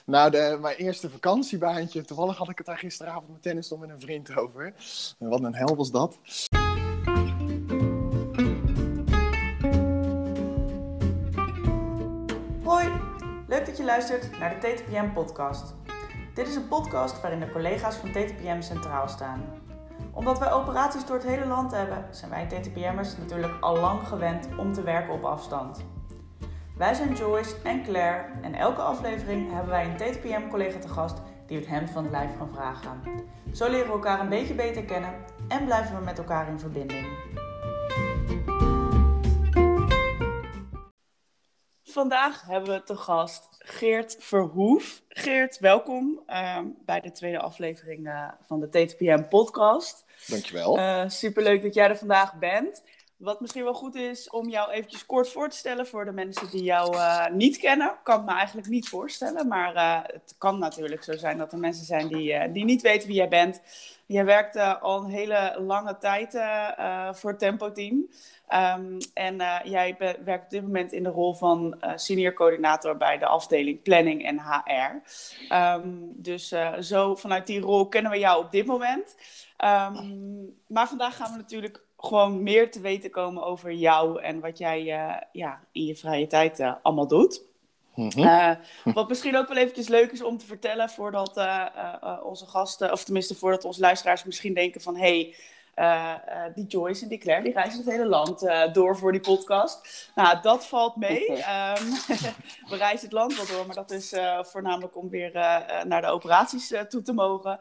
Mijn eerste vakantiebaantje. Toevallig had ik het daar gisteravond met tennis met een vriend over. En wat een hel was dat. Hoi, leuk dat je luistert naar de TTPM-podcast. Dit is een podcast waarin de collega's van TTPM centraal staan. Omdat wij operaties door het hele land hebben, zijn wij TTPM'ers natuurlijk al lang gewend om te werken op afstand. Wij zijn Joyce en Claire en elke aflevering hebben wij een TTPM-collega te gast die het hemd van het lijf gaan vragen. Zo leren we elkaar een beetje beter kennen en blijven we met elkaar in verbinding. Vandaag hebben we te gast Geert Verhoef. Geert, welkom bij de tweede aflevering van de TTPM-podcast. Dankjewel. Superleuk dat jij er vandaag bent. Wat misschien wel goed is om jou eventjes kort voor te stellen voor de mensen die jou niet kennen. Kan ik me eigenlijk niet voorstellen, maar het kan natuurlijk zo zijn dat er mensen zijn die niet weten wie jij bent. Jij werkt al een hele lange tijd voor het Tempo Team. Jij werkt op dit moment in de rol van senior coördinator bij de afdeling planning en HR. Zo vanuit die rol kennen we jou op dit moment. Maar vandaag gaan we natuurlijk gewoon meer te weten komen over jou en wat jij in je vrije tijd allemaal doet. Wat misschien ook wel eventjes leuk is om te vertellen voordat onze gasten, of tenminste voordat onze luisteraars misschien denken van die Joyce en die Claire, die reizen het hele land door voor die podcast. Nou, dat valt mee. We reizen het land wel door, maar dat is voornamelijk om weer naar de operaties toe te mogen.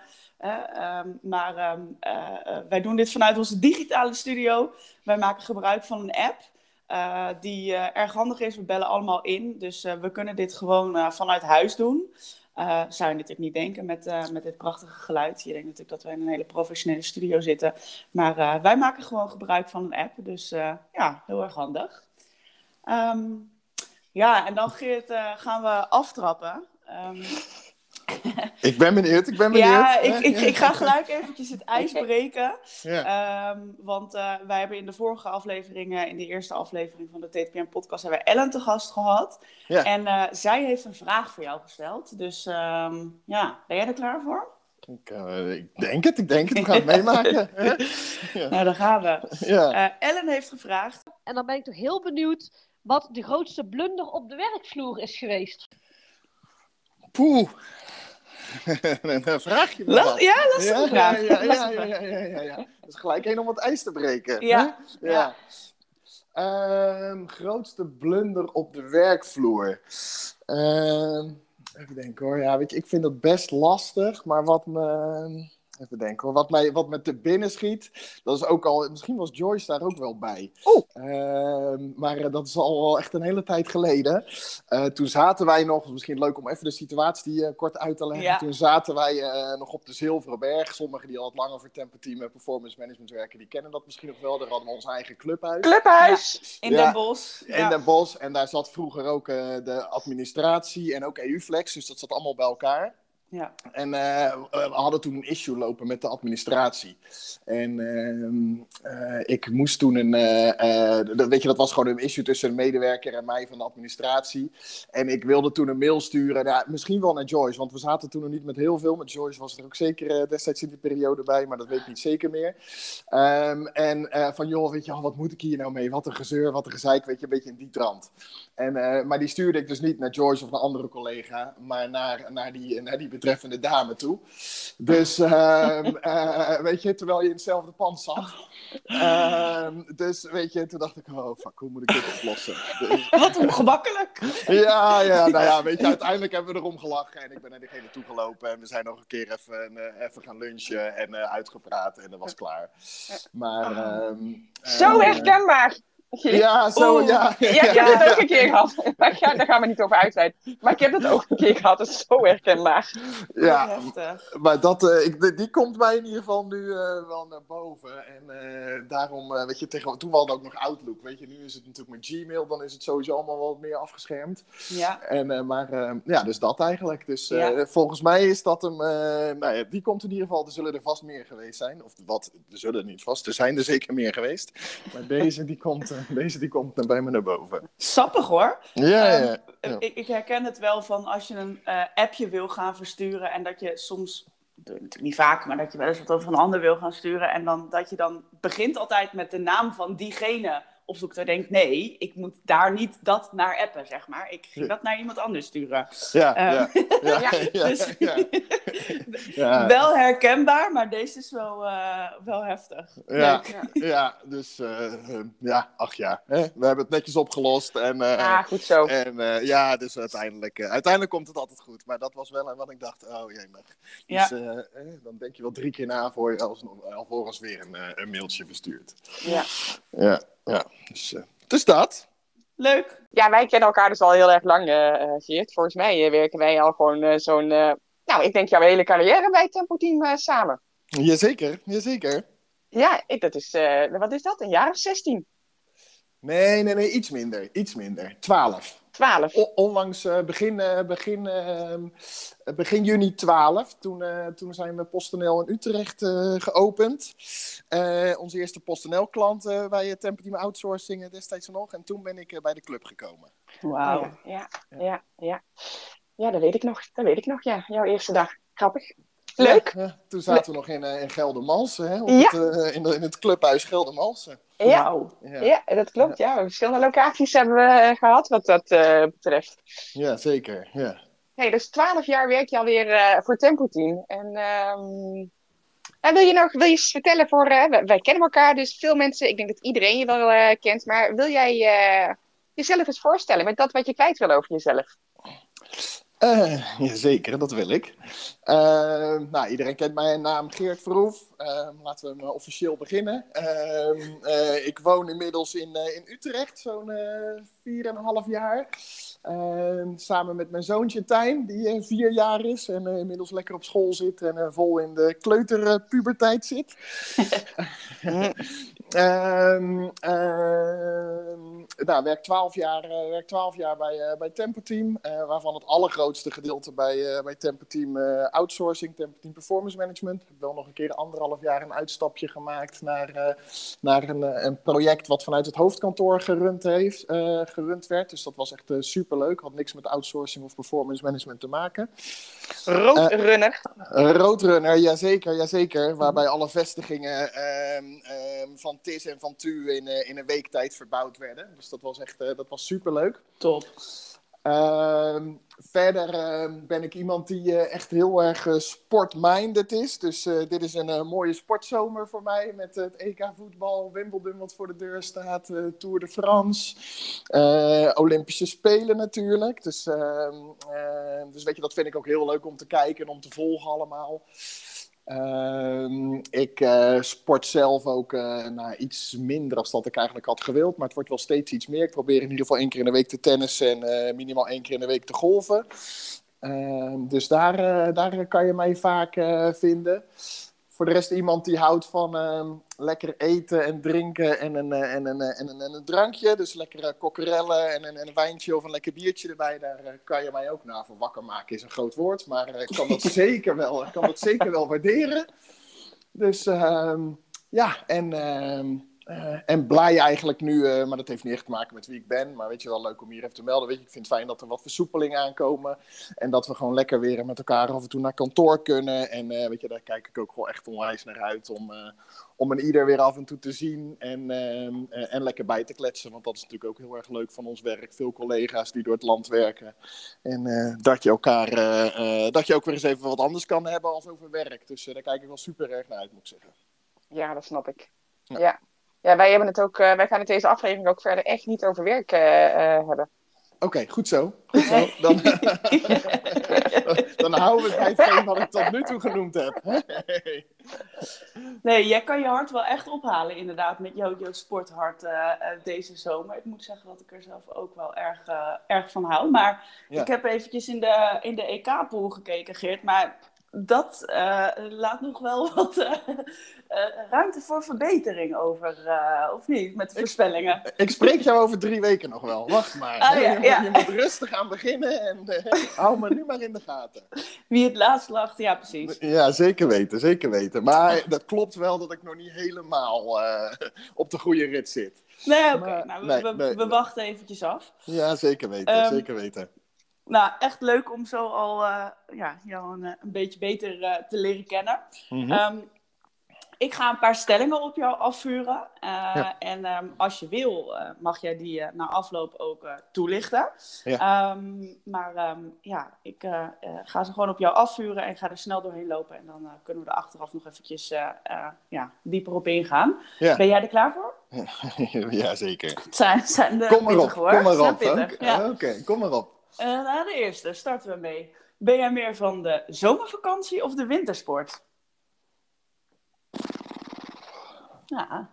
Wij doen dit vanuit onze digitale studio. Wij maken gebruik van een app die erg handig is. We bellen allemaal in, dus we kunnen dit gewoon vanuit huis doen. Zou je natuurlijk niet denken met dit prachtige geluid. Je denkt natuurlijk dat wij in een hele professionele studio zitten. Maar wij maken gewoon gebruik van een app. Dus heel erg handig. En dan Geert gaan we aftrappen. Ik ben benieuwd. Ja, ik ga gelijk eventjes het ijs breken. Ja. Want wij hebben in de vorige aflevering, in de eerste aflevering van de TTPM-podcast, hebben we Ellen te gast gehad. Ja. En zij heeft een vraag voor jou gesteld. Dus ben jij er klaar voor? Ik denk het. We gaan het meemaken. Ja. Nou, dan gaan we. Ja. Ellen heeft gevraagd. En dan ben ik toch heel benieuwd wat de grootste blunder op de werkvloer is geweest. Poeh. Dan vraag je me wat. Ja, lastige vraag. Ja. Dat is gelijk één om het ijs te breken. Ja. Grootste blunder op de werkvloer. Even denken hoor. Ja, weet je, ik vind dat best lastig. Maar wat me te binnen schiet, dat is ook al, misschien was Joyce daar ook wel bij. Maar dat is al wel echt een hele tijd geleden. Toen zaten wij nog, misschien leuk om even de situatie kort uit te leggen. Ja. Toen zaten wij nog op de Zilveren Berg. Sommigen die al wat langer voor Tempo Team en performance management werken, die kennen dat misschien nog wel. Daar hadden we ons eigen clubhuis. Ja, in Den Bosch. In Den Bosch. En daar zat vroeger ook de administratie en ook EU-flex. Dus dat zat allemaal bij elkaar. Ja. En we hadden toen een issue lopen met de administratie. En ik moest toen dat was gewoon een issue tussen een medewerker en mij van de administratie. En ik wilde toen een mail sturen, misschien wel naar Joyce, want we zaten toen nog niet met heel veel. Met Joyce was er ook zeker destijds in die periode bij, maar dat weet ik niet zeker meer. Van joh, weet je, wat moet ik hier nou mee? Wat een gezeur, wat een gezeik, weet je, een beetje in die trant. Maar die stuurde ik dus niet naar Joyce of een andere collega, maar naar die betreffende dame toe. Dus, weet je, terwijl je in hetzelfde pand zat. Dus, weet je, toen dacht ik, oh fuck, hoe moet ik dit oplossen? Dus, wat ongemakkelijk. Ja, weet je, uiteindelijk hebben we erom gelachen en ik ben naar diegene toegelopen en we zijn nog een keer even gaan lunchen en uitgepraat en dat was klaar. Maar... Zo herkenbaar! Ja, zo, ja. Ja, ik heb het ook een keer gehad. Daar gaan we niet over uitweiden. Maar ik heb het ook een keer gehad. Dat is zo herkenbaar. Ja, maar die komt mij in ieder geval nu wel naar boven. En daarom, weet je, toen we hadden ook nog Outlook. Weet je, nu is het natuurlijk met Gmail. Dan is het sowieso allemaal wat meer afgeschermd. Ja. Dus dat eigenlijk. Dus volgens mij is dat hem... die komt in ieder geval... Er zullen er vast meer geweest zijn. Of wat, er zullen niet vast. Er zijn er zeker meer geweest. Maar deze, die komt... Deze die komt bij me naar boven. Sappig hoor. Ja. Ik herken het wel van als je een appje wil gaan versturen en dat je soms, natuurlijk niet vaak, maar dat je wel eens wat over een ander wil gaan sturen en dan dat je dan begint altijd met de naam van diegene opzoekt en denkt, nee, ik moet daar niet dat naar appen, zeg maar. Ik ging dat naar iemand anders sturen. Wel herkenbaar, maar deze is wel heftig. Dus ach ja, hè? We hebben het netjes opgelost. En, goed zo. En dus uiteindelijk komt het altijd goed. Maar dat was wel wat ik dacht, oh jee. Dus dan denk je wel 3 keer na voor je alvorens weer een mailtje verstuurt. Ja. Dus dat. Leuk. Ja, wij kennen elkaar dus al heel erg lang, Geert. Volgens mij werken wij al gewoon zo'n... ik denk jouw hele carrière bij Tempo Team samen. Jazeker. Ja, dat is... wat is dat? Een jaar of 16? Nee, iets minder. 12. Onlangs begin juni 12. Toen zijn we PostNL in Utrecht geopend. Onze eerste PostNL-klant bij Tempo Team Outsourcing destijds nog. En toen ben ik bij de club gekomen. Wauw. Ja, dat weet ik nog, ja. Jouw eerste dag. Grappig. Leuk. Toen zaten we nog in Geldermalsen, hè? In het clubhuis Geldermalsen. Ja, dat klopt. Ja. Verschillende locaties hebben we gehad wat dat betreft. Ja, zeker. Ja. Hey, dus 12 jaar werk je alweer voor Tempo Team. En wil je eens vertellen voor... wij kennen elkaar, dus veel mensen... Ik denk dat iedereen je wel kent. Maar wil jij jezelf eens voorstellen met dat wat je kwijt wil over jezelf? Jazeker, dat wil ik. Iedereen kent mijn naam Geert Verhoef. Laten we maar officieel beginnen. Ik woon inmiddels in Utrecht, zo'n 4,5 jaar. Samen met mijn zoontje Tijn, die 4 jaar is en inmiddels lekker op school zit en vol in de kleuterpuberteit zit. Werk 12 jaar bij Tempo Team, waarvan het allergrootste gedeelte bij Tempo Team outsourcing, Tempo Team performance management. Ik heb wel nog een keer 1,5 jaar een uitstapje gemaakt naar een project wat vanuit het hoofdkantoor gerund werd. Dus dat was echt superleuk. Had niks met outsourcing of performance management te maken. Roadrunner. Roadrunner, jazeker. Waarbij alle vestigingen van TIS en van TU in een week tijd verbouwd werden. Dus dat was echt superleuk. Top. Verder ben ik iemand die echt heel erg sportminded is. Dus dit is een mooie sportzomer voor mij. Met het EK voetbal, Wimbledon wat voor de deur staat. Tour de France. Olympische Spelen natuurlijk. Dus weet je, dat vind ik ook heel leuk om te kijken en om te volgen allemaal. Ik sport zelf ook iets minder als dat ik eigenlijk had gewild. Maar het wordt wel steeds iets meer. Ik probeer in ieder geval 1 keer in de week te tennissen en minimaal 1 keer in de week te golfen. Dus daar kan je mij vaak vinden. Voor de rest iemand die houdt van lekker eten en drinken en een drankje. Dus lekkere kokkerellen en een wijntje of een lekker biertje erbij. Daar kan je mij ook voor wakker maken, is een groot woord. Maar ik kan dat zeker wel waarderen. Dus en blij eigenlijk nu, maar dat heeft niet echt te maken met wie ik ben. Maar weet je wel, leuk om hier even te melden. Weet je, ik vind het fijn dat er wat versoepelingen aankomen. En dat we gewoon lekker weer met elkaar af en toe naar kantoor kunnen. En weet je, daar kijk ik ook wel echt onwijs naar uit om een ieder weer af en toe te zien. En lekker bij te kletsen. Want dat is natuurlijk ook heel erg leuk van ons werk. Veel collega's die door het land werken. En dat je ook weer eens even wat anders kan hebben als over werk. Dus daar kijk ik wel super erg naar uit, moet ik zeggen. Ja, dat snap ik. Ja, wij hebben het ook. Wij gaan het deze aflevering ook verder echt niet over werk hebben. Oké, goed zo. Dan houden we het bij hetgeen wat ik tot nu toe genoemd heb. Nee, jij kan je hart wel echt ophalen inderdaad met jouw sporthart deze zomer. Ik moet zeggen dat ik er zelf ook wel erg van hou. Maar ik heb eventjes in de EK-pool gekeken, Geert. Maar dat laat nog wel wat ruimte voor verbetering over, of niet, met de voorspellingen. Ik spreek jou over 3 weken nog wel, wacht maar. Je moet rustig aan beginnen en hou me nu maar in de gaten. Wie het laatst lacht, ja precies. Ja, zeker weten. Maar dat klopt wel dat ik nog niet helemaal op de goede rit zit. Nee, oké. We wachten eventjes af. Ja, zeker weten. Nou, echt leuk om zo al jou een beetje beter te leren kennen. Mm-hmm. Ik ga een paar stellingen op jou afvuren. En als je wil, mag jij die na afloop ook toelichten. Ja. Ik ga ze gewoon op jou afvuren en ga er snel doorheen lopen. En dan kunnen we er achteraf nog eventjes dieper op ingaan. Ja. Ben jij er klaar voor? Ja, zeker. Het zijn de kom maar op, hoor. Kom maar op. Ja. Oké, kom maar op. De eerste, starten we mee. Ben jij meer van de zomervakantie of de wintersport? Ja.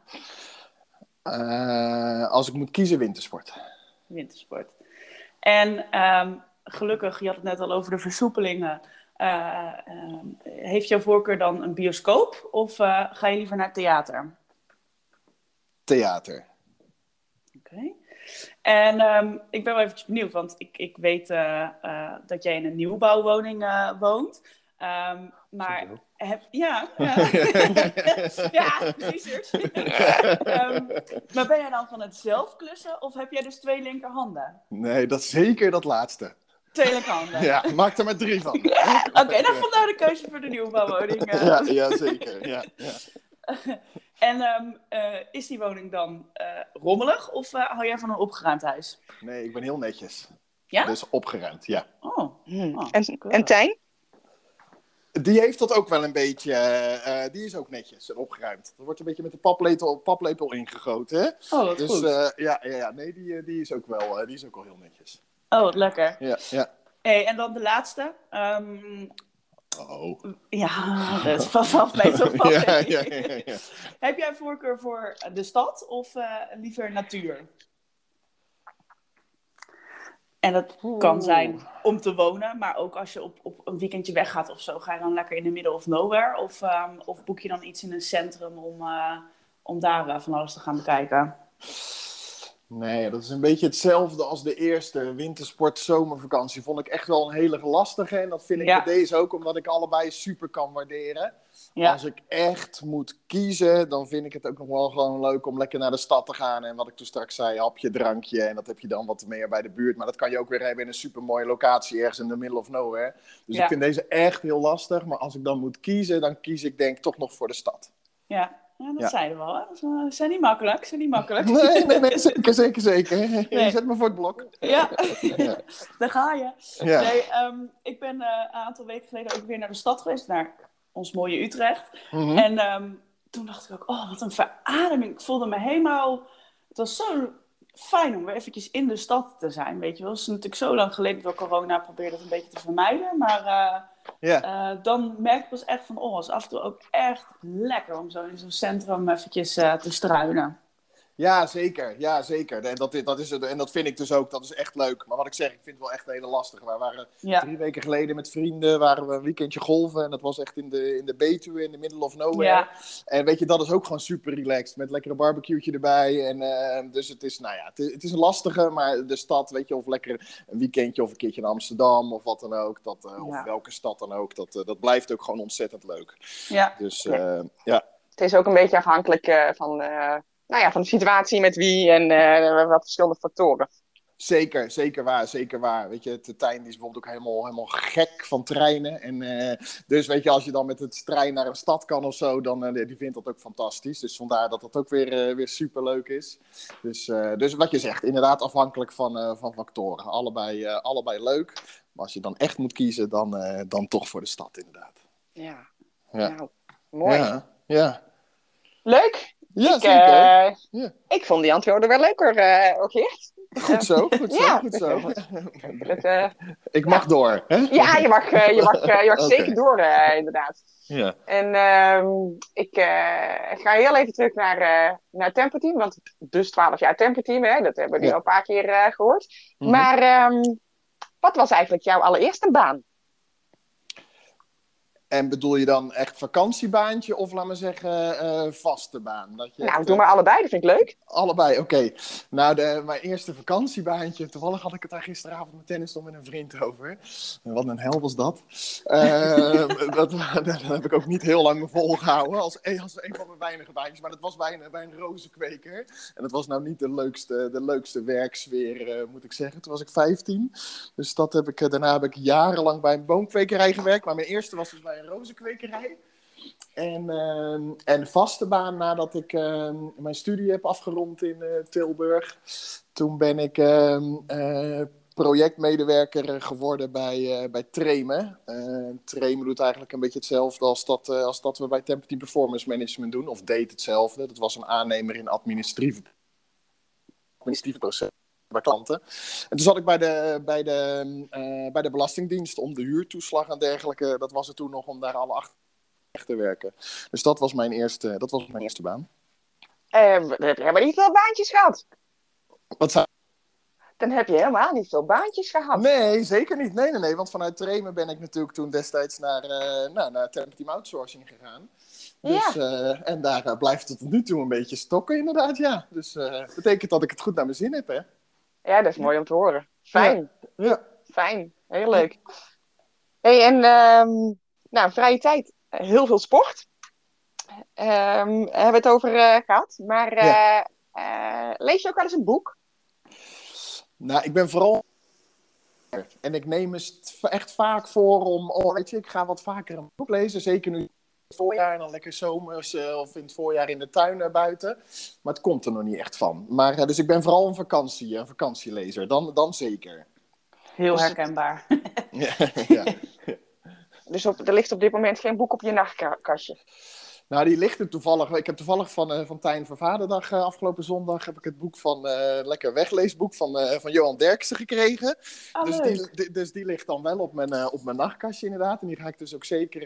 Als ik moet kiezen, wintersport. Wintersport. En gelukkig, je had het net al over de versoepelingen. Heeft jouw voorkeur dan een bioscoop of ga je liever naar theater? Theater. Oké. En ik ben wel eventjes benieuwd, want ik weet dat jij in een nieuwbouwwoning woont. Maar ja, research. Maar ben jij dan van het zelf klussen of heb jij dus 2 linkerhanden? Nee, dat is zeker dat laatste. 2 linkerhanden? Ja, maak er maar 3 van. Oké, dan vandaar de keuze voor de nieuwbouwwoning. Ja, zeker. Ja. En is die woning dan rommelig of hou jij van een opgeruimd huis? Nee, ik ben heel netjes. Ja? Dus opgeruimd, ja. En Tijn? Die heeft dat ook wel een beetje, die is ook netjes en opgeruimd. Dat wordt een beetje met de paplepel ingegoten. Hè? Oh, wat dus, goed. Nee, die is ook wel heel netjes. Oh, wat lekker. Ja. Hey, en dan de laatste. Oh. Ja, dat valt mij toch wel mee. Ja. Heb jij voorkeur voor de stad of liever natuur? En dat kan zijn om te wonen, maar ook als je op een weekendje weggaat of zo, ga je dan lekker in de middle of nowhere? Of boek je dan iets in een centrum om daar van alles te gaan bekijken? Nee, dat is een beetje hetzelfde als de eerste wintersport zomervakantie. Vond ik echt wel een hele lastige. En dat vind ik bij deze ook, omdat ik allebei super kan waarderen. Ja. Als ik echt moet kiezen, dan vind ik het ook nog wel gewoon leuk om lekker naar de stad te gaan. En wat ik toen straks zei, hapje, drankje. En dat heb je dan wat meer bij de buurt. Maar dat kan je ook weer hebben in een super mooie locatie ergens in the middle of nowhere. Dus ik vind deze echt heel lastig. Maar als ik dan moet kiezen, dan kies ik denk toch nog voor de stad. Ja. Ja, dat zeiden we al. Hè? Dat zijn niet makkelijk. Nee, zeker. Nee. Je zet me voor het blok. Ja. Daar ga je. Ja. Nee, ik ben een aantal weken geleden ook weer naar de stad geweest, naar ons mooie Utrecht. Mm-hmm. En toen dacht ik ook, oh, wat een verademing. Ik voelde me helemaal... Het was zo fijn om weer eventjes in de stad te zijn, weet je wel. Het is natuurlijk zo lang geleden dat corona probeerde dat een beetje te vermijden, maar... dan merk ik pas echt van, het is af en toe ook echt lekker om zo in zo'n centrum eventjes te struinen. Ja, zeker. En dat vind ik dus ook, dat is echt leuk. Maar wat ik zeg, ik vind het wel echt een hele lastige. We waren 3 weken geleden met vrienden, waren we een weekendje golven. En dat was echt in de Betuwe, in the middle of nowhere. Ja. En weet je, dat is ook gewoon super relaxed. Met lekker een barbecue'tje erbij. En dus het is, het is een lastige. Maar de stad, weet je, of lekker een weekendje of een keertje in Amsterdam of wat dan ook. Of welke stad dan ook. Dat blijft ook gewoon ontzettend leuk. Ja. Dus, Het is ook een beetje afhankelijk van de situatie met wie en wat verschillende factoren. Zeker waar. Weet je, Tijn is bijvoorbeeld ook helemaal gek van treinen. En dus weet je, als je dan met het trein naar een stad kan of zo, dan die vindt dat ook fantastisch. Dus vandaar dat dat ook weer super leuk is. Dus wat je zegt, inderdaad afhankelijk van factoren. Allebei leuk. Maar als je dan echt moet kiezen, dan toch voor de stad inderdaad. Ja. Nou, mooi. Ja. Leuk. Ja, zeker. Ik vond die antwoorden wel leuker, Geert. Goed zo. Ik mag door, hè? Ja, je mag zeker door, inderdaad. Ja. En ik ga heel even terug naar Tempo-team, want dus 12 jaar Tempo-team, hè? Dat hebben we nu al een paar keer gehoord. Mm-hmm. Maar wat was eigenlijk jouw allereerste baan? En bedoel je dan echt vakantiebaantje of laat maar zeggen vaste baan? Dat je Nou, doe maar allebei, dat vind ik leuk. Allebei, oké. Nou, mijn eerste vakantiebaantje, toevallig had ik het daar gisteravond met tennis met een vriend over. Wat een hel was dat. Dat heb ik ook niet heel lang volgehouden als een van mijn weinige baantjes. Maar dat was bij een rozenkweker. En dat was nou niet de leukste werksfeer, moet ik zeggen. Toen was ik 15. Dus daarna heb ik jarenlang bij een boomkwekerij gewerkt. Maar mijn eerste was dus bij een rozenkwekerij. En vaste baan nadat ik mijn studie heb afgerond in Tilburg. Toen ben ik projectmedewerker geworden bij Tremen. Tremen doet eigenlijk een beetje hetzelfde als dat we bij Tempo-Team Performance Management doen. Of deed hetzelfde. Dat was een aannemer in administratieve processen bij klanten. En toen zat ik bij de Belastingdienst om de huurtoeslag en dergelijke. Dat was het toen nog om daar alle achter te werken. Dus dat was mijn eerste baan. Dan heb je helemaal niet veel baantjes gehad. Wat zei... Dan heb je helemaal niet veel baantjes gehad. Nee, zeker niet. Nee. Want vanuit Tremen ben ik natuurlijk toen destijds naar Tempo-Team Outsourcing gegaan. Dus, ja. En daar blijft het tot nu toe een beetje stokken inderdaad, ja. Dus dat betekent dat ik het goed naar mijn zin heb, hè. Ja, dat is mooi om te horen. Fijn. Ja. Fijn. Heel leuk. Hey, en vrije tijd. Heel veel sport. Hebben we het over gehad. Maar lees je ook wel eens een boek? Nou, ik ben vooral... En ik neem het echt vaak voor om... weet je, ik ga wat vaker een boek lezen. Zeker nu in het voorjaar en dan lekker zomers of in het voorjaar in de tuin buiten. Maar het komt er nog niet echt van. Maar, dus ik ben vooral een vakantielezer. Dan zeker. Heel herkenbaar. Ja. Dus er ligt op dit moment geen boek op je nachtkastje? Nou, die ligt er toevallig. Ik heb toevallig van Tijn voor Vaderdag afgelopen zondag heb ik het boek van lekker wegleesboek van Johan Derksen gekregen. Dus die ligt dan wel op mijn nachtkastje inderdaad. En die ga ik dus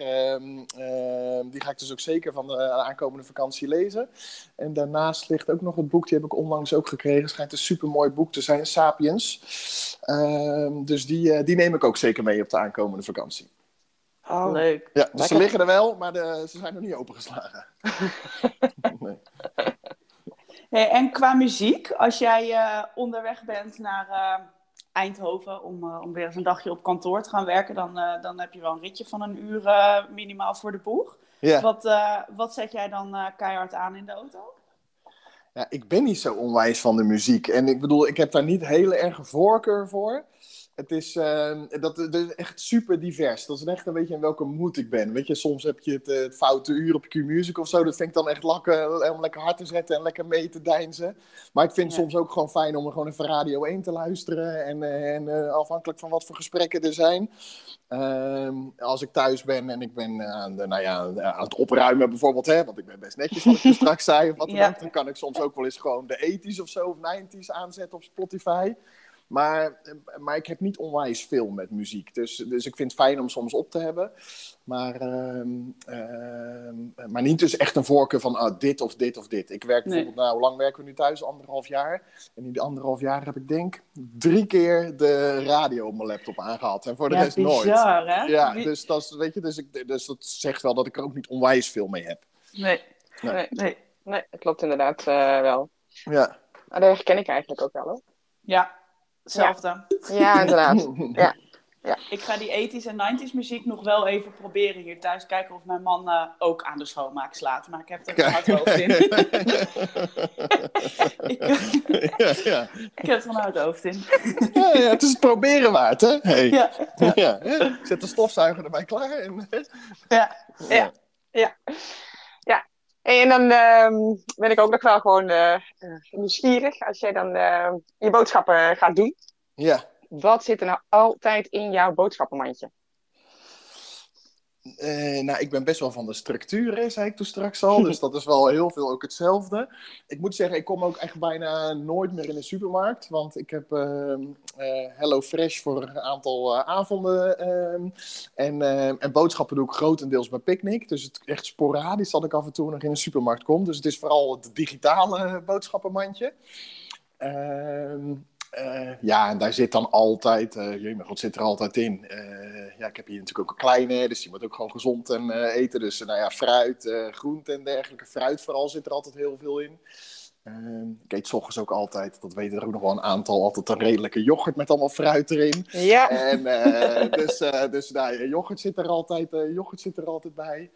ook zeker van de aankomende vakantie lezen. En daarnaast ligt ook nog het boek, die heb ik onlangs ook gekregen. Het schijnt een supermooi boek te zijn, Sapiens. Dus die neem ik ook zeker mee op de aankomende vakantie. Oh, leuk. Ja, dus ze liggen er wel, maar ze zijn nog niet opengeslagen. Nee. Hey, en qua muziek, als jij onderweg bent naar Eindhoven om weer eens een dagje op kantoor te gaan werken, dan heb je wel een ritje van een uur minimaal voor de boeg. Ja. Wat zet jij dan keihard aan in de auto? Ja, ik ben niet zo onwijs van de muziek. En ik bedoel, ik heb daar niet hele erge voorkeur voor. Het is echt super divers. Dat is echt een beetje in welke mood ik ben. Weet je, soms heb je het foute uur op Q-Music of zo. Dat vind ik dan echt om lekker hard te zetten en lekker mee te deinzen. Maar ik vind soms ook gewoon fijn om gewoon even Radio 1 te luisteren. En afhankelijk van wat voor gesprekken er zijn. Als ik thuis ben en ik ben aan het opruimen bijvoorbeeld. Hè, want ik ben best netjes wat ik er straks zei. Of wat dan kan ik soms ook wel eens gewoon de 80's of zo. Of 90's aanzetten op Spotify. Maar ik heb niet onwijs veel met muziek. Dus ik vind het fijn om soms op te hebben. Maar niet dus echt een voorkeur van dit of dit of dit. Ik werk bijvoorbeeld, hoe lang werken we nu thuis? 1,5 jaar. En in die 1,5 jaar heb ik denk 3 keer de radio op mijn laptop aangehad. En voor de rest bizar, nooit. Hè? Ja, dus dat zegt wel dat ik er ook niet onwijs veel mee heb. Nee, dat klopt inderdaad wel. Ja. Maar dat herken ik eigenlijk ook wel, hoor. Ja. Hetzelfde. Ja, inderdaad. Ja. Ik ga die 80's en 90's muziek nog wel even proberen hier thuis. Kijken of mijn man ook aan de schoonmaak slaat. Maar ik heb er een hard hoofd in. Ik heb er een hard hoofd in. Ja, het is het proberen waard, hè? Hey. Ja. Ik zet de stofzuiger erbij klaar. En... Ja. En dan ben ik ook nog wel gewoon nieuwsgierig als jij dan je boodschappen gaat doen. Ja. Wat zit er nou altijd in jouw boodschappenmandje? Ik ben best wel van de structuur, zei ik toen straks al. Dus dat is wel heel veel ook hetzelfde. Ik moet zeggen, ik kom ook echt bijna nooit meer in de supermarkt. Want ik heb HelloFresh voor een aantal avonden. En boodschappen doe ik grotendeels bij Picnic. Dus het echt sporadisch dat ik af en toe nog in een supermarkt kom. Dus het is vooral het digitale boodschappenmandje. Ja, en daar zit dan altijd, wat zit er altijd in? Ik heb hier natuurlijk ook een kleine, dus die moet ook gewoon gezond eten. Dus fruit, groente en dergelijke. Fruit vooral zit er altijd heel veel in. Ik eet 's ochtends ook altijd, dat weten er ook nog wel een aantal, altijd een redelijke yoghurt met allemaal fruit erin. Ja. En, dus yoghurt zit er altijd bij.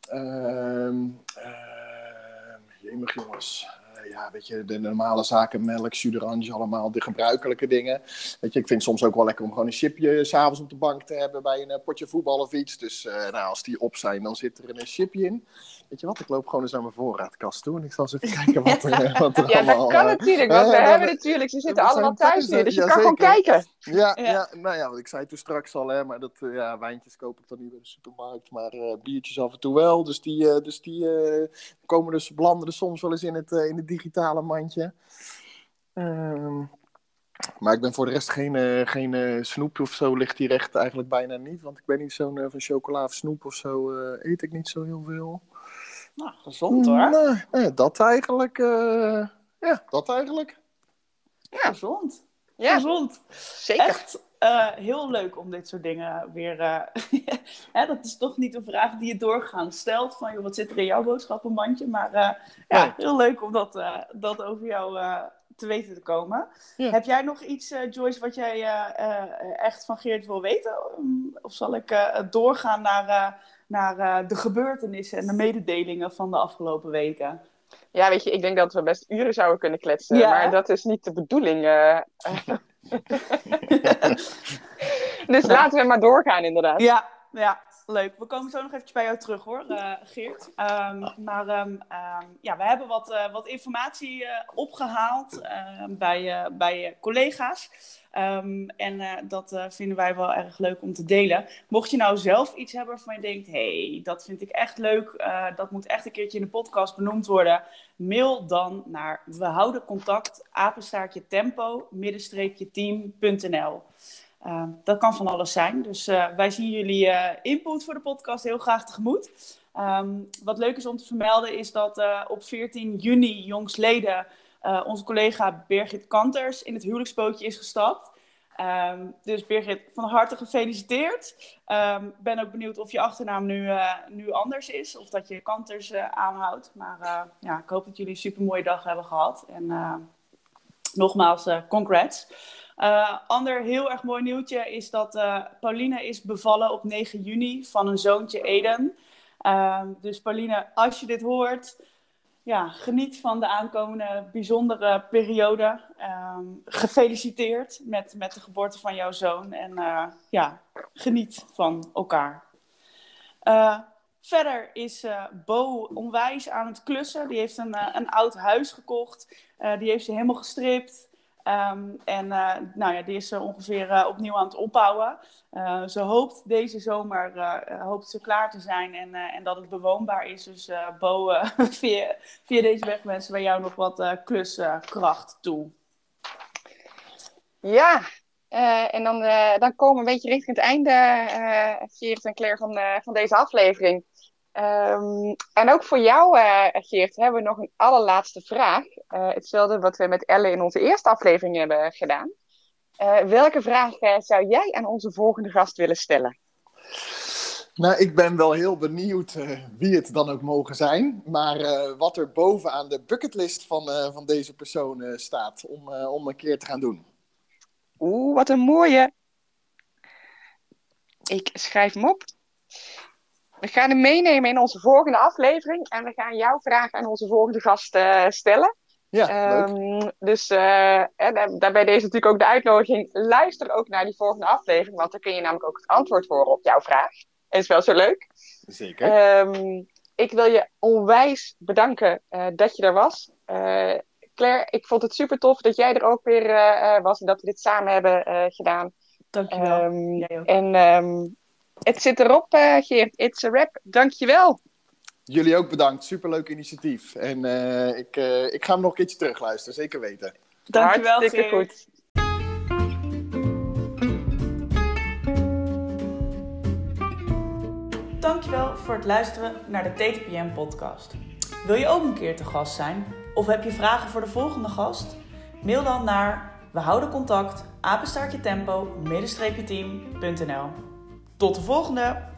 Jemig jongens. Weet je, de normale zaken, melk, jus d'orange, allemaal de gebruikelijke dingen. Weet je, ik vind het soms ook wel lekker om gewoon een chipje 's avonds op de bank te hebben bij een potje voetbal of iets. Dus als die op zijn, dan zit er een chipje in. Weet je wat, ik loop gewoon eens naar mijn voorraadkast toe en ik zal eens even kijken wat er allemaal... Ja, dat kan natuurlijk, want we hebben natuurlijk, ze zitten allemaal thuis nu, dus je kan gewoon kijken. Ja, wat ik zei toen straks al, hè, maar wijntjes koop ik dan niet bij de supermarkt, maar biertjes af en toe wel. Dus die belanden er soms wel eens in het digitale mandje. Maar ik ben voor de rest geen snoep of zo, ligt hier echt eigenlijk bijna niet. Want ik ben niet zo'n van chocola of snoep of zo, eet ik niet zo heel veel. Nou, gezond hoor. Nee, dat eigenlijk. Dat eigenlijk. Ja. Gezond. Ja, gezond. Zeker. Echt heel leuk om dit soort dingen weer... dat is toch niet een vraag die je doorgaans stelt. Van, joh, wat zit er in jouw boodschappenmandje? Maar heel leuk om dat over jou te weten te komen. Ja. Heb jij nog iets, Joyce, wat jij echt van Geert wil weten? Of zal ik doorgaan naar de gebeurtenissen en de mededelingen van de afgelopen weken? Ja, weet je, ik denk dat we best uren zouden kunnen kletsen. Ja. Maar dat is niet de bedoeling. Dus laten we maar doorgaan, inderdaad. Ja, leuk. We komen zo nog eventjes bij jou terug, hoor, Geert. We hebben wat informatie opgehaald bij collega's. Dat vinden wij wel erg leuk om te delen. Mocht je nou zelf iets hebben waarvan je denkt... hey, dat vind ik echt leuk, dat moet echt een keertje in de podcast benoemd worden... mail dan naar wehoudencontact@tempo-team.nl. Dat kan van alles zijn. Dus wij zien jullie input voor de podcast heel graag tegemoet. Wat leuk is om te vermelden is dat op 14 juni jongstleden... onze collega Birgit Kanters in het huwelijksbootje is gestapt. Dus Birgit, van harte gefeliciteerd. Ben ook benieuwd of je achternaam nu anders is. Of dat je Kanters aanhoudt. Maar ik hoop dat jullie een supermooie dag hebben gehad. En nogmaals, congrats. Ander heel erg mooi nieuwtje is dat Pauline is bevallen op 9 juni van een zoontje Eden. Dus Pauline, als je dit hoort... Ja, geniet van de aankomende bijzondere periode. Gefeliciteerd met de geboorte van jouw zoon. En geniet van elkaar. Verder is Bo onwijs aan het klussen. Die heeft een oud huis gekocht. Die heeft ze helemaal gestript. Die is ongeveer opnieuw aan het opbouwen. Ze hoopt deze zomer klaar te zijn en dat het bewoonbaar is. Dus Bo, via deze weg wensen wij jou nog wat kluskracht toe. Ja, en dan komen we een beetje richting het einde, Geert en Claire, van deze aflevering. En ook voor jou, Geert, hebben we nog een allerlaatste vraag. Hetzelfde wat we met Elle in onze eerste aflevering hebben gedaan. Welke vraag zou jij aan onze volgende gast willen stellen? Nou, ik ben wel heel benieuwd wie het dan ook mogen zijn. Maar wat er bovenaan de bucketlist van deze persoon staat om een keer te gaan doen. Oeh, wat een mooie. Ik schrijf hem op. We gaan hem meenemen in onze volgende aflevering. En we gaan jouw vraag aan onze volgende gast stellen. Ja, leuk. Dus daarbij deze natuurlijk ook de uitnodiging. Luister ook naar die volgende aflevering. Want dan kun je namelijk ook het antwoord horen op jouw vraag. En is wel zo leuk. Zeker. Ik wil je onwijs bedanken dat je er was. Claire, ik vond het super tof dat jij er ook weer was. En dat we dit samen hebben gedaan. Dankjewel. Jij ook. En het zit erop, Geert. It's a wrap. Dankjewel. Jullie ook bedankt. Superleuk initiatief. En ik ga hem nog een keertje terugluisteren. Zeker weten. Dankjewel, hartstikke goed. Dankjewel voor het luisteren naar de TTPM-podcast. Wil je ook een keer te gast zijn? Of heb je vragen voor de volgende gast? Mail dan naar We houden contact, _tempo_team.nl. Tot de volgende!